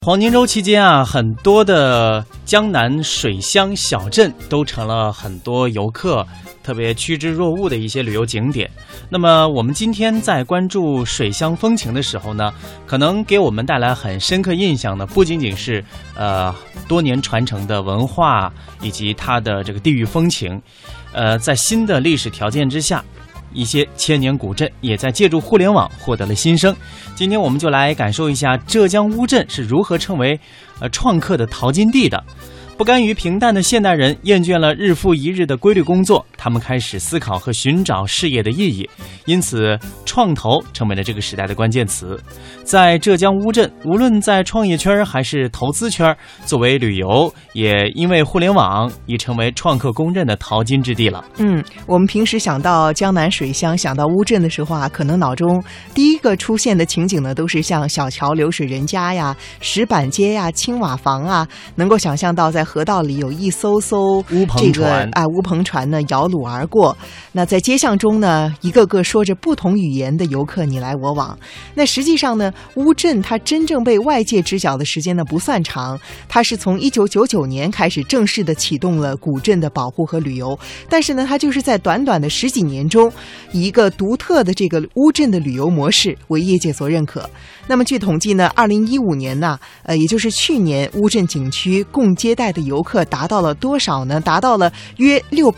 黄金周期间啊，很多的江南水乡小镇都成了很多游客特别趋之若鹜的一些旅游景点。那么我们今天在关注水乡风情的时候呢，可能给我们带来很深刻印象的不仅仅是多年传承的文化以及它的这个地域风情，在新的历史条件之下，一些千年古镇也在借助互联网获得了新生。今天我们就来感受一下浙江乌镇是如何成为创客的淘金地的。不甘于平淡的现代人厌倦了日复一日的规律工作，他们开始思考和寻找事业的意义，因此创投成为了这个时代的关键词。在浙江乌镇，无论在创业圈还是投资圈，作为旅游也因为互联网已成为创客公认的淘金之地了。 我们平时想到江南水乡，想到乌镇的时候啊，可能脑中第一个出现的情景呢，都是像小桥流水人家呀、石板街呀、青瓦房啊，能够想象到在河道里有一艘艘乌篷船呢摇橹而过。那在街巷中呢，一个个说着不同语言的游客你来我往。那实际上呢，乌镇它真正被外界知晓的时间呢不算长，它是从1999年开始正式的启动了古镇的保护和旅游，但是呢，它就是在短短的10几年中，以一个独特的这个乌镇的旅游模式为业界所认可。那么据统计呢，2015年呢，也就是去年，乌镇景区共接待的游客达到了多少呢？达到了约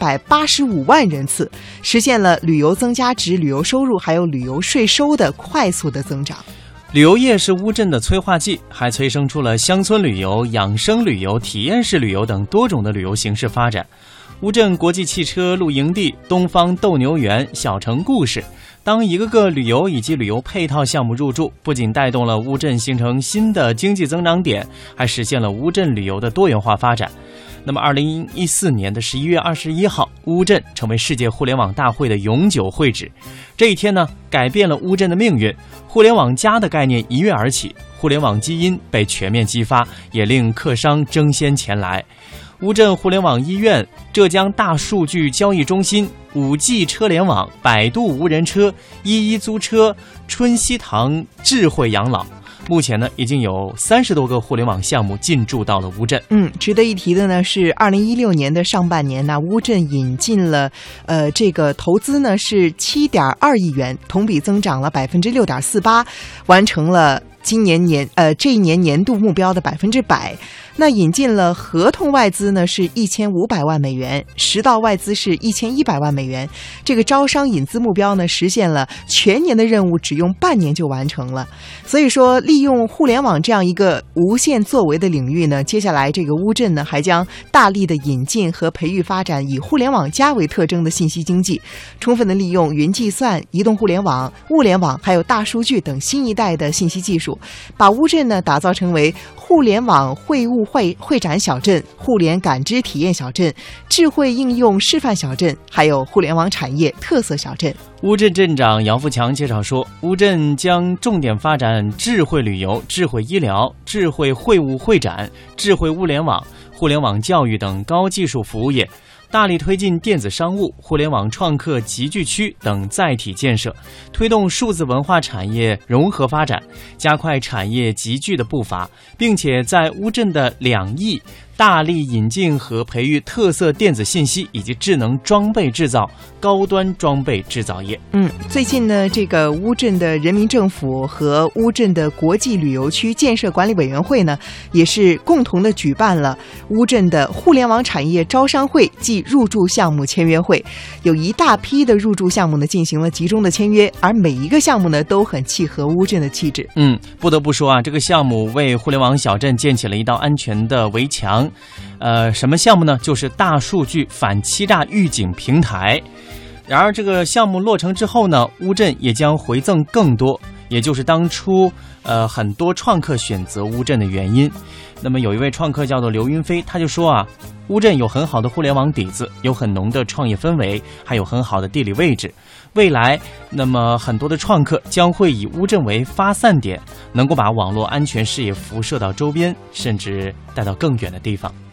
685万人次，实现了旅游增加值、旅游收入还有旅游税收的快速的增长。 旅游业是乌镇的催化剂，还催生出了乡村旅游、养生旅游、体验式旅游等多种的旅游形式发展。乌镇国际汽车露营地、东方斗牛园、小城故事，当一个个旅游以及旅游配套项目入驻，不仅带动了乌镇形成新的经济增长点，还实现了乌镇旅游的多元化发展。那么2014年的11月21号，乌镇成为世界互联网大会的永久会址。这一天呢，改变了乌镇的命运。互联网+的概念一跃而起，互联网基因被全面激发，也令客商争先前来。乌镇互联网医院、浙江大数据交易中心、5G 车联网、百度无人车、一租车、春熙堂智慧养老，目前呢，已经有30多个互联网项目进驻到了乌镇。 值得一提的呢是2016年的上半年呢，乌镇引进了这个投资呢是7.2亿元，同比增长了6.48%，完成了这一年年度目标的100%。那引进了合同外资呢是1500万美元，实到外资是1100万美元。这个招商引资目标呢，实现了全年的任务只用半年就完成了。所以说，利用互联网这样一个无限作为的领域呢，接下来这个乌镇呢还将大力的引进和培育发展以互联网+为特征的信息经济，充分的利用云计算、移动互联网、物联网还有大数据等新一代的信息技术，把乌镇呢打造成为互联网会务会展小镇、互联感知体验小镇、智慧应用示范小镇，还有互联网产业特色小镇。 乌镇镇长姚富强介绍说，乌镇将重点发展智慧旅游、智慧医疗、智慧会务会展、智慧物联网、互联网教育等高技术服务业，大力推进电子商务、互联网创客集聚区等载体建设，推动数字文化产业融合发展，加快产业集聚的步伐，并且在乌镇的2亿大力引进和培育特色电子信息以及智能装备制造、高端装备制造业。 最近呢，这个乌镇的人民政府和乌镇的国际旅游区建设管理委员会呢，也是共同的举办了乌镇的互联网产业招商会暨入驻项目签约会，有一大批的入驻项目呢进行了集中的签约，而每一个项目呢都很契合乌镇的气质。 不得不说啊，这个项目为互联网小镇建起了一道安全的围墙。什么项目呢？就是大数据反欺诈预警平台。然而这个项目落成之后呢，乌镇也将回赠更多，也就是当初很多创客选择乌镇的原因。那么有一位创客叫做刘云飞，他就说啊，乌镇有很好的互联网底子，有很浓的创业氛围，还有很好的地理位置。未来那么很多的创客将会以乌镇为发散点，能够把网络安全事业辐射到周边，甚至带到更远的地方。